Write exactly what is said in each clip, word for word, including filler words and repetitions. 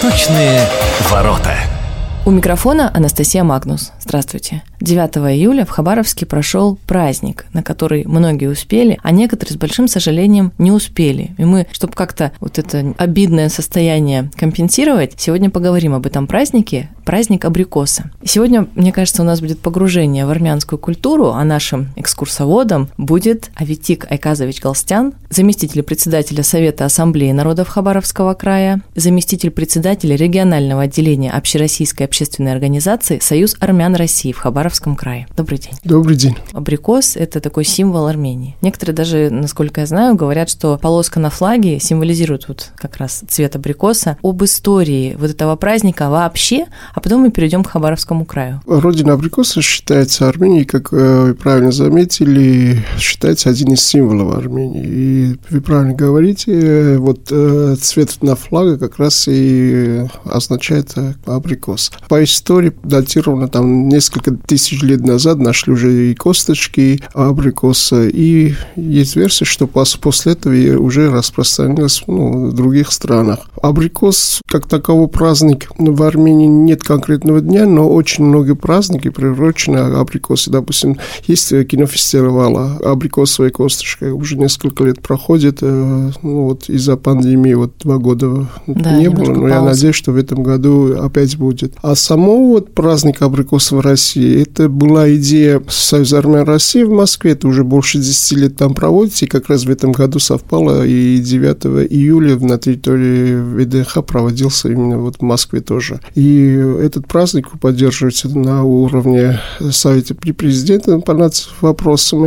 Восточные ворота. У микрофона Анастасия Магнус. Здравствуйте. девятого июля в Хабаровске прошел праздник, на который многие успели, а некоторые с большим сожалением не успели. И мы, чтобы как-то вот это обидное состояние компенсировать, сегодня поговорим об этом празднике, праздник абрикоса. Сегодня, мне кажется, у нас будет погружение в армянскую культуру, а нашим экскурсоводом будет Аветик Айказович Галстян, заместитель председателя Совета Ассамблеи народов Хабаровского края, заместитель председателя регионального отделения Общероссийской общественной организации «Союз армян России» в Хабаровском крае. Добрый день. Добрый день. Абрикос – это такой символ Армении. Некоторые даже, насколько я знаю, говорят, что полоска на флаге символизирует вот как раз цвет абрикоса. Об истории вот этого праздника вообще, а потом мы перейдем к Хабаровскому краю. Родина абрикоса считается Арменией, как вы правильно заметили, считается один из символов Армении. И вы правильно говорите, вот цвет на флаге как раз и означает абрикос. По истории датировано там несколько тысяч лет назад, нашли уже и косточки абрикоса, и есть версия, что после этого уже распространилось ну, в других странах. Абрикос, как таковой праздник, в Армении нет конкретного дня, но очень многие праздники приурочены абрикосы. Допустим, есть кинофестиваль «Абрикосовая косточка», уже несколько лет проходит, ну, вот из-за пандемии вот два года да, не было, но пауза. Я надеюсь, что в этом году опять будет. А само вот праздник абрикоса в России, это была идея Союза армян России в Москве, это уже больше десяти лет там проводится, и как раз в этом году совпало, и девятого июля на территории ВДНХ проводился именно вот в Москве тоже. И этот праздник поддерживается на уровне Совета при президенте по нацвопросам,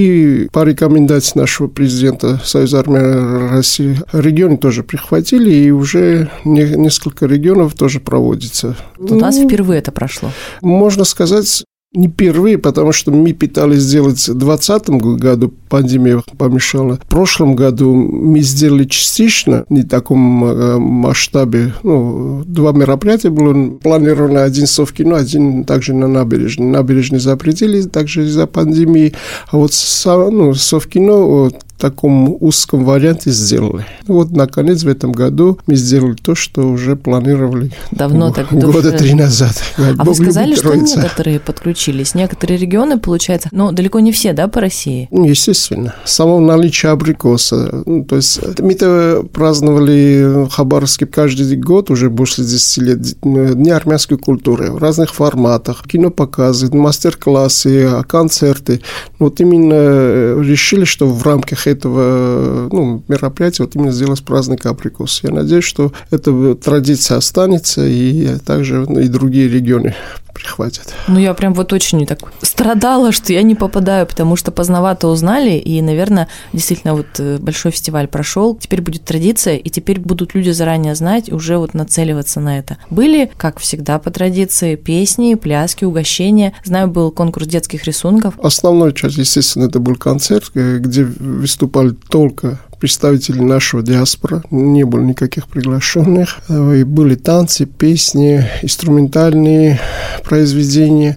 и по рекомендации нашего президента Союза армян России регионы тоже прихватили, и уже несколько регионов тоже проводится. У нас ну, впервые это прошло. Можно сказать, не впервые, потому что мы пытались сделать в двадцатом году, пандемия помешала. В прошлом году мы сделали частично, не в таком масштабе. Ну, два мероприятия было планировано, один в Совкино, один также на набережной. Набережной запретили также из-за пандемии, а вот ну, Совкино вот, в таком узком варианте сделали. Вот, наконец, в этом году мы сделали то, что уже планировали давно так года три назад. А вы сказали, что некоторые подключились, некоторые регионы, получается, но далеко не все, да, по России? Ну, естественно. Само наличие абрикоса. Ну, то есть мы-то праздновали в Хабаровске каждый год, уже больше десяти лет, Дни армянской культуры в разных форматах, кинопоказы, мастер-классы, концерты. Вот именно решили, что в рамках этого ну, мероприятия вот именно сделать праздник абрикоса. Я надеюсь, что эта традиция останется, и также и другие регионы прихватят. Ну, я прям вот очень так страдала, что я не попадаю, потому что поздновато узнали, и, наверное, действительно вот большой фестиваль прошел, теперь будет традиция, и теперь будут люди заранее знать, уже вот нацеливаться на это. Были, как всегда, по традиции, песни, пляски, угощения. Знаю, был конкурс детских рисунков. Основной часть, естественно, это был концерт, где выступали только представители нашего диаспора, не было никаких приглашенных. И были танцы, песни, инструментальные произведения.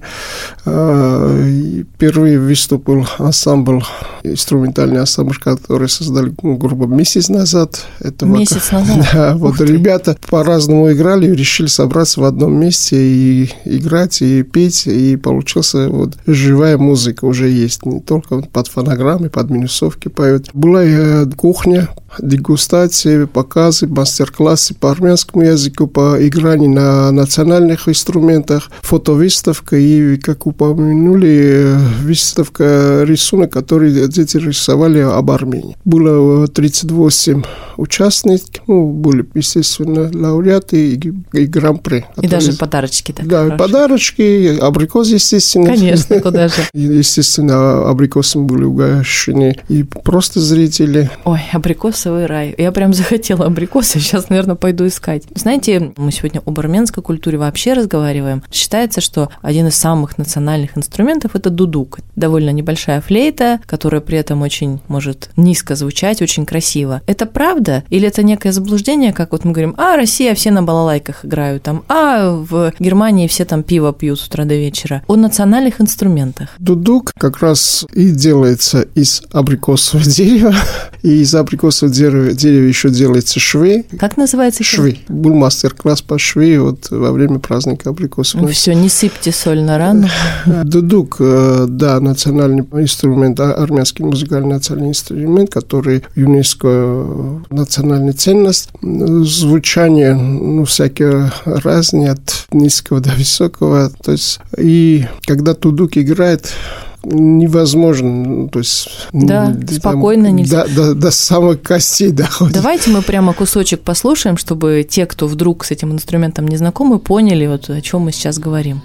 Впервые выступил ансамбль, инструментальный ансамбль, который создали ну, грубо месяц назад. Это месяц вот, назад? Да, вот ребята по-разному играли, решили собраться в одном месте и играть, и петь, и получилась вот живая музыка уже есть, не только под фонограммы, под минусовки поют. Была и кухня, дегустации, показы, мастер-классы по армянскому языку, по игранию на национальных инструментах, фотовыставка и, как упомянули, выставка рисунок, который дети рисовали об Армении. Было тридцать восемь участников, ну, были, естественно, лауреаты и, и гран-при. И даже подарочки. Так да, хорошо. Подарочки, абрикос, естественно. Конечно, куда же. Естественно, абрикосом были угощены и просто зрители. Ой, абрикосовый рай. Я прям захотела абрикосы, сейчас, наверное, пойду искать. Знаете, мы сегодня об армянской культуре вообще разговариваем. Считается, что один из самых национальных инструментов – это дудук. Довольно небольшая флейта, которая при этом очень может низко звучать, очень красиво. Это правда? Или это некое заблуждение, как вот мы говорим, а, Россия, все на балалайках играют, там, а в Германии все там пиво пьют с утра до вечера. О национальных инструментах. Дудук как раз и делается из абрикосового дерева, и из абрикосового дереве, дереве еще делается швы. Как называется? Швы. Был мастер-класс по швы вот во время праздника абрикосов. Ну все, не сыпьте соль на рану. Дудук, да, национальный инструмент, армянский музыкальный национальный инструмент, который ЮНЕСКО национальная ценность. Звучание, ну, всякие разные, от низкого до высокого. То есть, и когда дудук играет, невозможно, то есть... Да, там, спокойно нельзя. До, до, до самых костей доходит. Давайте мы прямо кусочек послушаем, чтобы те, кто вдруг с этим инструментом не знакомы, поняли, вот о чем мы сейчас говорим.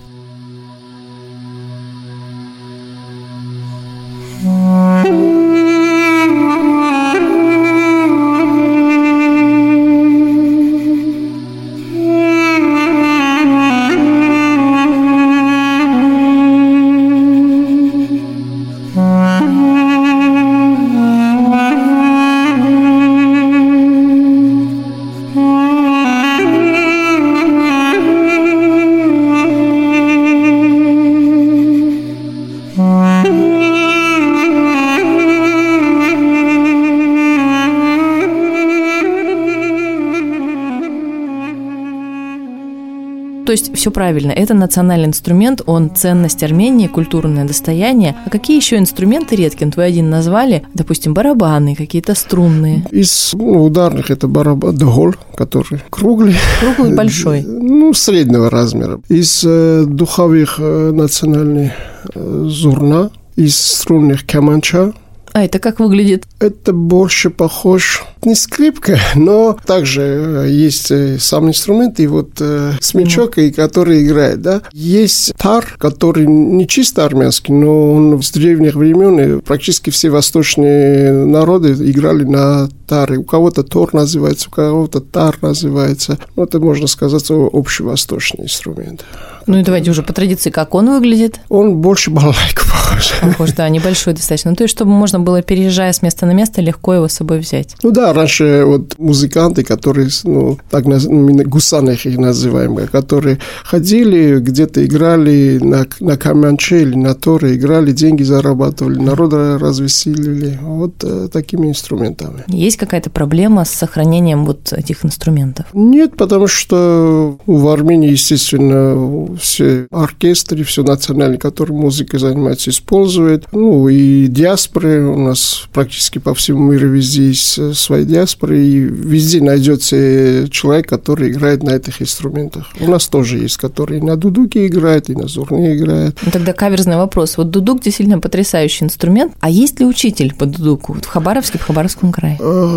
То есть все правильно, это национальный инструмент, он ценность Армении, культурное достояние. А какие еще инструменты, Редкин, вы один назвали? Допустим, барабаны, какие-то струнные. Из ну, ударных это барабан, дохол, который круглый. Круглый, большой. Ну, среднего размера. Из э, духовых э, национальный э, зурна, из струнных каманча. А это как выглядит? Это больше похож, не скрипка, но также есть сам инструмент, и вот э, смычок, и который играет, да. Есть тар, который не чисто армянский, но он с древних времен, и практически все восточные народы играли на таре. У кого-то тор называется, у кого-то тар называется. Ну, это, можно сказать, общевосточный инструмент. Ну и давайте уже по традиции, как он выглядит? Он больше балалайку похож. Похож, да, небольшой достаточно. Ну, то есть, чтобы можно было, переезжая с места на место, легко его с собой взять. Ну да, раньше вот музыканты, которые, ну, так мы гусаны их называем, которые ходили, где-то играли на, на камянче или на торе, играли, деньги зарабатывали, народ развеселили. Вот э, такими инструментами. Есть какая-то проблема с сохранением вот этих инструментов? Нет, потому что в Армении, естественно, все оркестры, все национальные, которые музыкой занимаются, используют. Ну, и диаспоры у нас практически по всему миру везде есть свои диаспоры, и везде найдется человек, который играет на этих инструментах. У нас тоже есть, который и на дудуке играет, и на зурне играет. Ну, тогда каверзный вопрос. Вот дудук действительно потрясающий инструмент. А есть ли учитель по дудуку вот в Хабаровске, в Хабаровском крае?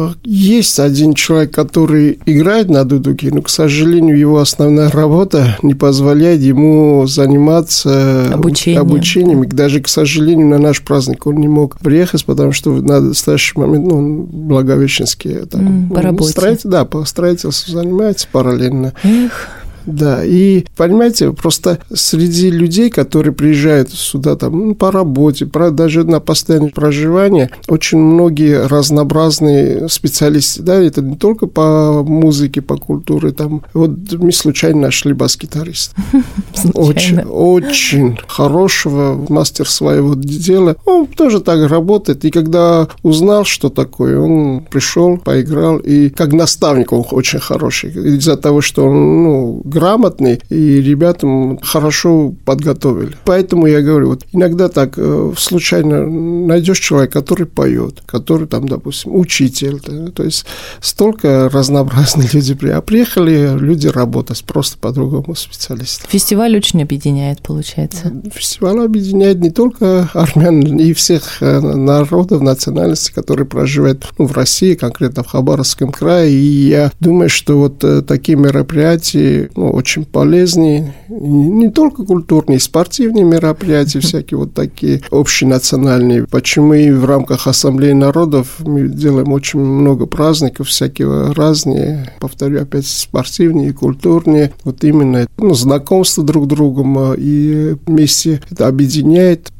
Есть один человек, который играет на дудуке, но, к сожалению, его основная работа не позволяет ему заниматься обучением. обучением. И даже, к сожалению, на наш праздник он не мог приехать, потому что на настоящий момент, ну, он благовещенский. Так, mm, по работе. Строитель, да, по строительству занимается параллельно. Эх. Да, и, понимаете, просто среди людей, которые приезжают сюда там, ну, по работе, даже на постоянное проживание, очень многие разнообразные специалисты, да, это не только по музыке, по культуре, там, вот мы случайно нашли бас-гитариста. Очень, очень хорошего, мастер своего дела. Он тоже так работает, и когда узнал, что такое, он пришел, поиграл, и как наставник он очень хороший, из-за того, что он, ну, грамотный, и ребятам хорошо подготовили. Поэтому я говорю, вот иногда так случайно найдешь человека, который поет, который там, допустим, учитель, да, то есть столько разнообразных людей. А приехали люди работать просто по-другому специалистам. Фестиваль очень объединяет, получается. Фестиваль объединяет не только армян, и всех народов, национальностей, которые проживают, ну, в России, конкретно в Хабаровском крае. И я думаю, что вот такие мероприятия, ну, очень полезные, не только культурные, спортивные мероприятия, всякие вот такие общенациональные. Почему и в рамках Ассамблеи народов мы делаем очень много праздников, всякие разные, повторю опять, спортивные и культурные. Вот именно, ну, знакомство друг с другом, и вместе это объединяет.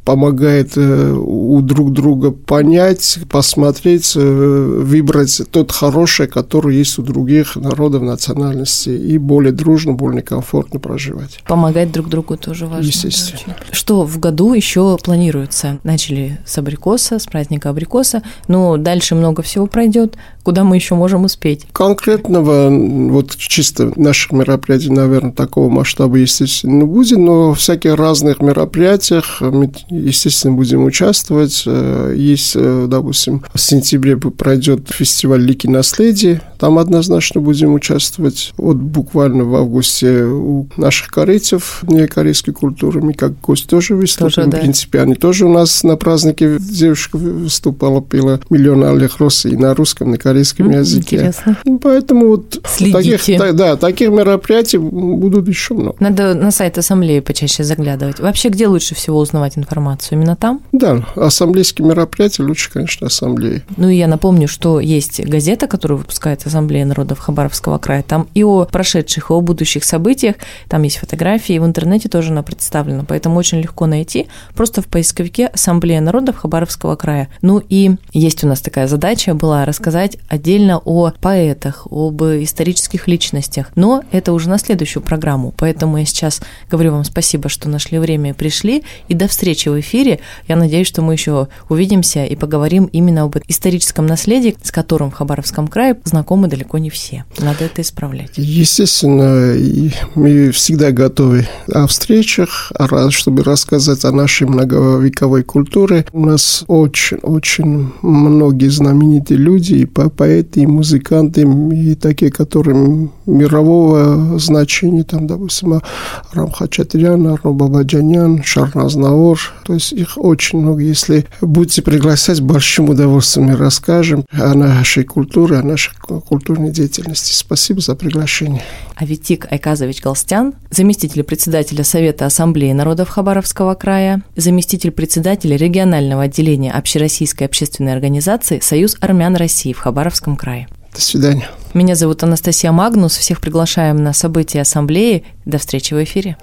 помогает у друг друга понять, посмотреть, выбрать тот хороший, который есть у других народов, национальностей, и более дружно, более комфортно проживать. Помогать друг другу тоже важно. Естественно. Да, что в году еще планируется? Начали с абрикоса, с праздника абрикоса, но дальше много всего пройдет. Куда мы еще можем успеть? Конкретного, вот чисто наших мероприятий, наверное, такого масштаба, естественно, не будет, но в всяких разных мероприятиях мы, естественно, будем участвовать. Есть, допустим, в сентябре пройдет фестиваль «Лики наследия», там однозначно будем участвовать. Вот буквально в августе у наших корейцев, не корейской культуры, мы как гость тоже выступим. Тоже, да. В принципе, они тоже у нас на празднике, девушка выступала, пела «Миллион алых роз» и на русском, на корейском mm, языке. Интересно. Поэтому вот таких, да, таких мероприятий будут еще много. Надо на сайт ассамблеи почаще заглядывать. Вообще, где лучше всего узнавать информацию? Именно там? Да, ассамблейские мероприятия лучше, конечно, ассамблеи. Ну и я напомню, что есть газета, которую выпускает Ассамблея народов Хабаровского края. Там и о прошедших, и о будущих событиях, там есть фотографии, и в интернете тоже она представлена, поэтому очень легко найти, просто в поисковике «Ассамблея народов Хабаровского края». Ну и есть у нас такая задача была рассказать отдельно о поэтах, об исторических личностях, но это уже на следующую программу, поэтому я сейчас говорю вам спасибо, что нашли время и пришли, и до встречи в эфире. Я надеюсь, что мы еще увидимся и поговорим именно об историческом наследии, с которым в Хабаровском крае знакомы далеко не все. Надо это исправлять. Естественно, мы всегда готовы о встречах, чтобы рассказать о нашей многовековой культуре. У нас очень-очень многие знаменитые люди, и поэты, и музыканты, и такие, которые мирового значения, там, допустим, Арам Хачатрян, Арно Бабаджанян, Шарназ Наор, то есть их очень много. Если будете приглашать, большим удовольствием мы расскажем о нашей культуре, о нашей культурной деятельности. Спасибо за приглашение. Аветик Айказович Галстян, заместитель председателя Совета Ассамблеи народов Хабаровского края, заместитель председателя регионального отделения Общероссийской общественной организации «Союз армян России» в Хабаровском крае. До свидания. Меня зовут Анастасия Магнус. Всех приглашаем на события Ассамблеи. До встречи в эфире.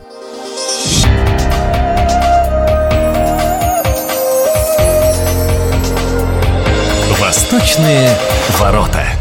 Восточные ворота.